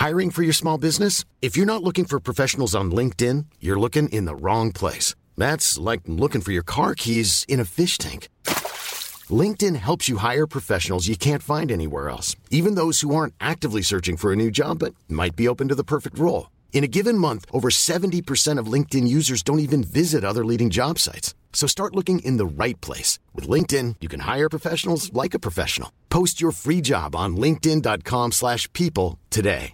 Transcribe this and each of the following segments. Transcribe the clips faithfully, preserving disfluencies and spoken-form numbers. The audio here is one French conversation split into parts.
Hiring for your small business? If you're not looking for professionals on LinkedIn, you're looking in the wrong place. That's like looking for your car keys in a fish tank. LinkedIn helps you hire professionals you can't find anywhere else, even those who aren't actively searching for a new job but might be open to the perfect role. In a given month, over seventy percent of LinkedIn users don't even visit other leading job sites. So start looking in the right place. With LinkedIn, you can hire professionals like a professional. Post your free job on linkedin.com slash people today.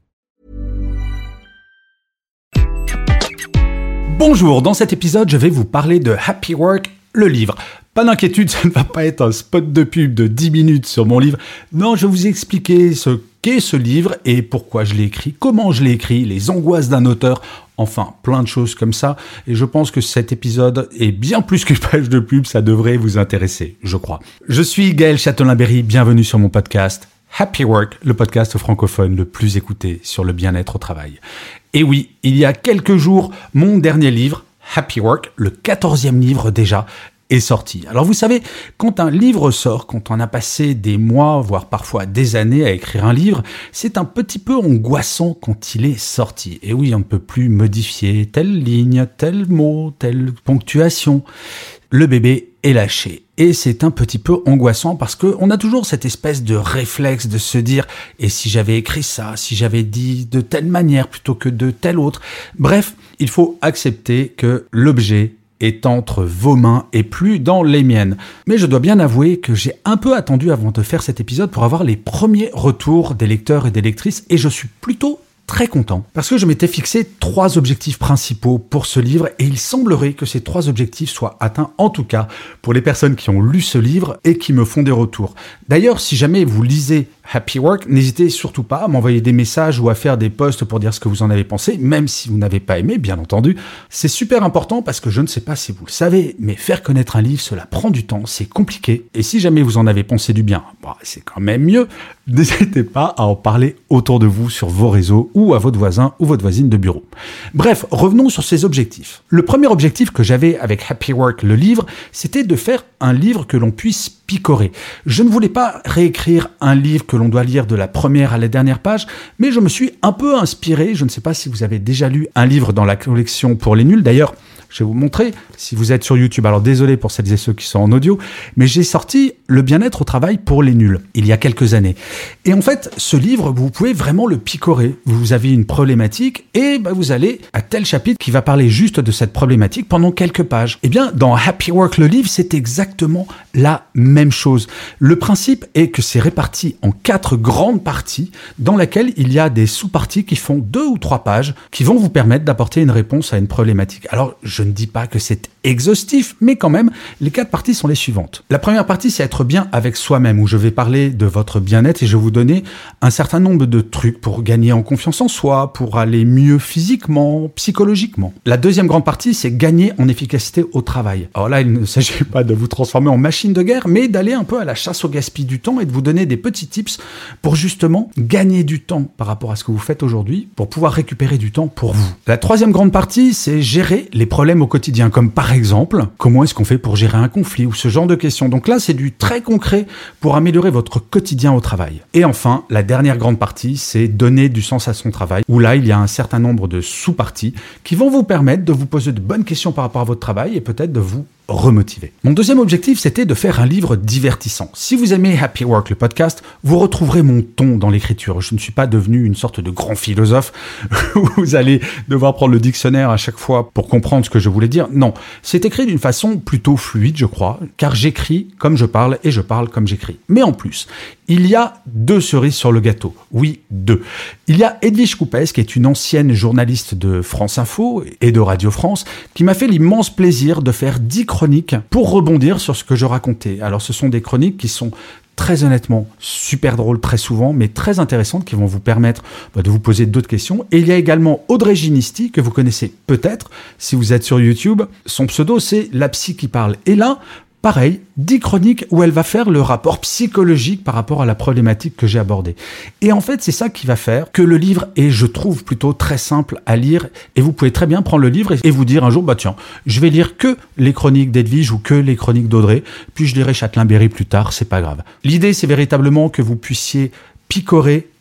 Bonjour, dans cet épisode, je vais vous parler de Happy Work, le livre. Pas d'inquiétude, ça ne va pas être un spot de pub de dix minutes sur mon livre. Non, je vais vous expliquer ce qu'est ce livre et pourquoi je l'ai écrit, comment je l'ai écrit, les angoisses d'un auteur, enfin plein de choses comme ça. Et je pense que cet épisode est bien plus qu'une page de pub, ça devrait vous intéresser, je crois. Je suis Gaël Châtelain-Berry, bienvenue sur mon podcast Happy Work, le podcast francophone le plus écouté sur le bien-être au travail. Et oui, il y a quelques jours, mon dernier livre, Happy Work, le quatorzième livre déjà, est sorti. Alors vous savez, quand un livre sort, quand on a passé des mois, voire parfois des années à écrire un livre, c'est un petit peu angoissant quand il est sorti. Et oui, on ne peut plus modifier telle ligne, tel mot, telle ponctuation. Le bébé est lâché. Et c'est un petit peu angoissant parce qu'on a toujours cette espèce de réflexe de se dire « et si j'avais écrit ça, si j'avais dit de telle manière plutôt que de telle autre ?» Bref, il faut accepter que l'objet est entre vos mains et plus dans les miennes. Mais je dois bien avouer que j'ai un peu attendu avant de faire cet épisode pour avoir les premiers retours des lecteurs et des lectrices et je suis plutôt très content parce que je m'étais fixé trois objectifs principaux pour ce livre et il semblerait que ces trois objectifs soient atteints, en tout cas pour les personnes qui ont lu ce livre et qui me font des retours. D'ailleurs, si jamais vous lisez Happy Work, n'hésitez surtout pas à m'envoyer des messages ou à faire des posts pour dire ce que vous en avez pensé, même si vous n'avez pas aimé, bien entendu. C'est super important parce que je ne sais pas si vous le savez, mais faire connaître un livre, cela prend du temps, c'est compliqué. Et si jamais vous en avez pensé du bien, bon, c'est quand même mieux. N'hésitez pas à en parler autour de vous sur vos réseaux ou à votre voisin ou votre voisine de bureau. Bref, revenons sur ces objectifs. Le premier objectif que j'avais avec Happy Work, le livre, c'était de faire un livre que l'on puisse picorer. Je ne voulais pas réécrire un livre que l'on doit lire de la première à la dernière page, mais je me suis un peu inspiré. Je ne sais pas si vous avez déjà lu un livre dans la collection pour les nuls. D'ailleurs, je vais vous montrer, si vous êtes sur YouTube, alors désolé pour celles et ceux qui sont en audio, mais j'ai sorti Le bien-être au travail pour les nuls, il y a quelques années. Et en fait, ce livre, vous pouvez vraiment le picorer. Vous avez une problématique et bah, vous allez à tel chapitre qui va parler juste de cette problématique pendant quelques pages. Eh bien, dans Happy Work, le livre, c'est exactement la même chose. Le principe est que c'est réparti en quatre grandes parties dans lesquelles il y a des sous-parties qui font deux ou trois pages qui vont vous permettre d'apporter une réponse à une problématique. Alors, je ne dis pas que c'est exhaustif, mais quand même, les quatre parties sont les suivantes. La première partie, c'est être bien avec soi-même, où je vais parler de votre bien-être et je vais vous donner un certain nombre de trucs pour gagner en confiance en soi, pour aller mieux physiquement, psychologiquement. La deuxième grande partie, c'est gagner en efficacité au travail. Alors là, il ne s'agit pas de vous transformer en machine de guerre, mais d'aller un peu à la chasse au gaspillage du temps et de vous donner des petits tips pour justement gagner du temps par rapport à ce que vous faites aujourd'hui, pour pouvoir récupérer du temps pour vous. La troisième grande partie, c'est gérer les problèmes au quotidien, comme par exemple, comment est-ce qu'on fait pour gérer un conflit ou ce genre de questions. Donc là, c'est du très concret pour améliorer votre quotidien au travail. Et enfin, la dernière grande partie, c'est donner du sens à son travail, où là, il y a un certain nombre de sous-parties qui vont vous permettre de vous poser de bonnes questions par rapport à votre travail et peut-être de vous remotiver. Mon deuxième objectif, c'était de faire un livre divertissant. Si vous aimez Happy Work, le podcast, vous retrouverez mon ton dans l'écriture. Je ne suis pas devenu une sorte de grand philosophe où vous allez devoir prendre le dictionnaire à chaque fois pour comprendre ce que je voulais dire. Non, c'est écrit d'une façon plutôt fluide, je crois, car j'écris comme je parle et je parle comme j'écris. Mais en plus, il y a deux cerises sur le gâteau. Oui, deux. Il y a Edwige Coupès, qui est une ancienne journaliste de France Info et de Radio France, qui m'a fait l'immense plaisir de faire dix chroniques pour rebondir sur ce que je racontais. Alors, ce sont des chroniques qui sont très honnêtement super drôles très souvent, mais très intéressantes, qui vont vous permettre bah, de vous poser d'autres questions. Et il y a également Audrey Ginisti, que vous connaissez peut-être si vous êtes sur YouTube. Son pseudo, c'est La Psy qui parle. Et là, pareil, dix chroniques où elle va faire le rapport psychologique par rapport à la problématique que j'ai abordée. Et en fait, c'est ça qui va faire que le livre est, je trouve, plutôt très simple à lire. Et vous pouvez très bien prendre le livre et vous dire un jour, bah tiens, je vais lire que les chroniques d'Edwige ou que les chroniques d'Audrey, puis je lirai Châtelain-Berry plus tard, c'est pas grave. L'idée, c'est véritablement que vous puissiez picorer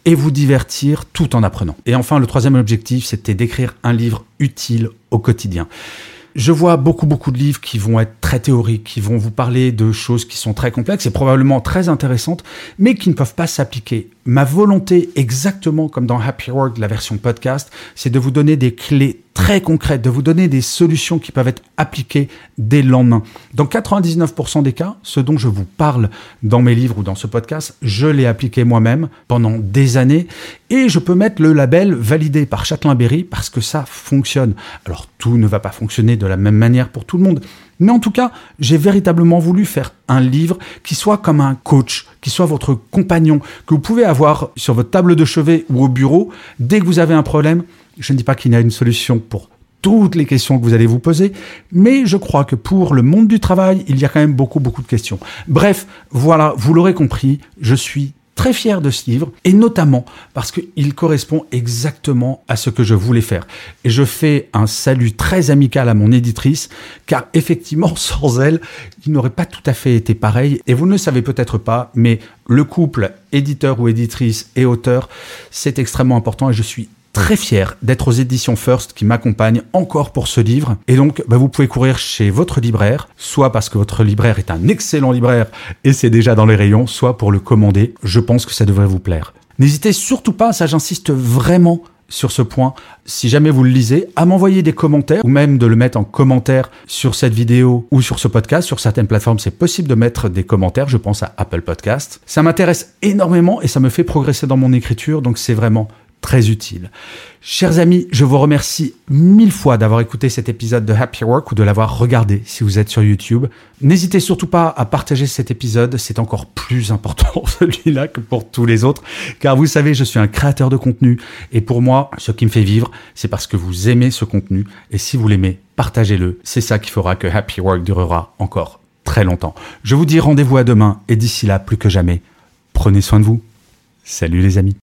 et vous divertir tout en apprenant. Et enfin, le troisième objectif, c'était d'écrire un livre utile au quotidien. Je vois beaucoup, beaucoup de livres qui vont être très théoriques, qui vont vous parler de choses qui sont très complexes et probablement très intéressantes, mais qui ne peuvent pas s'appliquer. Ma volonté, exactement comme dans Happy Work, la version podcast, c'est de vous donner des clés très concrètes, de vous donner des solutions qui peuvent être appliquées dès le lendemain. Dans quatre-vingt-dix-neuf pour cent des cas, ce dont je vous parle dans mes livres ou dans ce podcast, je l'ai appliqué moi-même pendant des années et je peux mettre le label validé par Châtelain Berry parce que ça fonctionne. Alors tout ne va pas fonctionner de la même manière pour tout le monde. Mais en tout cas, j'ai véritablement voulu faire un livre qui soit comme un coach, qui soit votre compagnon, que vous pouvez avoir sur votre table de chevet ou au bureau. Dès que vous avez un problème, je ne dis pas qu'il y a une solution pour toutes les questions que vous allez vous poser, mais je crois que pour le monde du travail, il y a quand même beaucoup, beaucoup de questions. Bref, voilà, vous l'aurez compris, je suis très fier de ce livre, et notamment parce qu'il correspond exactement à ce que je voulais faire. Et je fais un salut très amical à mon éditrice, car effectivement, sans elle, il n'aurait pas tout à fait été pareil. Et vous ne le savez peut-être pas, mais le couple éditeur ou éditrice et auteur, c'est extrêmement important, et je suis très fier d'être aux éditions First qui m'accompagnent encore pour ce livre. Et donc, bah, vous pouvez courir chez votre libraire, soit parce que votre libraire est un excellent libraire et c'est déjà dans les rayons, soit pour le commander. Je pense que ça devrait vous plaire. N'hésitez surtout pas, ça j'insiste vraiment sur ce point, si jamais vous le lisez, à m'envoyer des commentaires ou même de le mettre en commentaire sur cette vidéo ou sur ce podcast. Sur certaines plateformes, c'est possible de mettre des commentaires, je pense à Apple Podcast. Ça m'intéresse énormément et ça me fait progresser dans mon écriture, donc c'est vraiment très utile. Chers amis, je vous remercie mille fois d'avoir écouté cet épisode de Happy Work ou de l'avoir regardé si vous êtes sur YouTube. N'hésitez surtout pas à partager cet épisode, c'est encore plus important celui-là que pour tous les autres, car vous savez, je suis un créateur de contenu et pour moi, ce qui me fait vivre, c'est parce que vous aimez ce contenu et si vous l'aimez, partagez-le. C'est ça qui fera que Happy Work durera encore très longtemps. Je vous dis rendez-vous à demain et d'ici là, plus que jamais, prenez soin de vous. Salut les amis.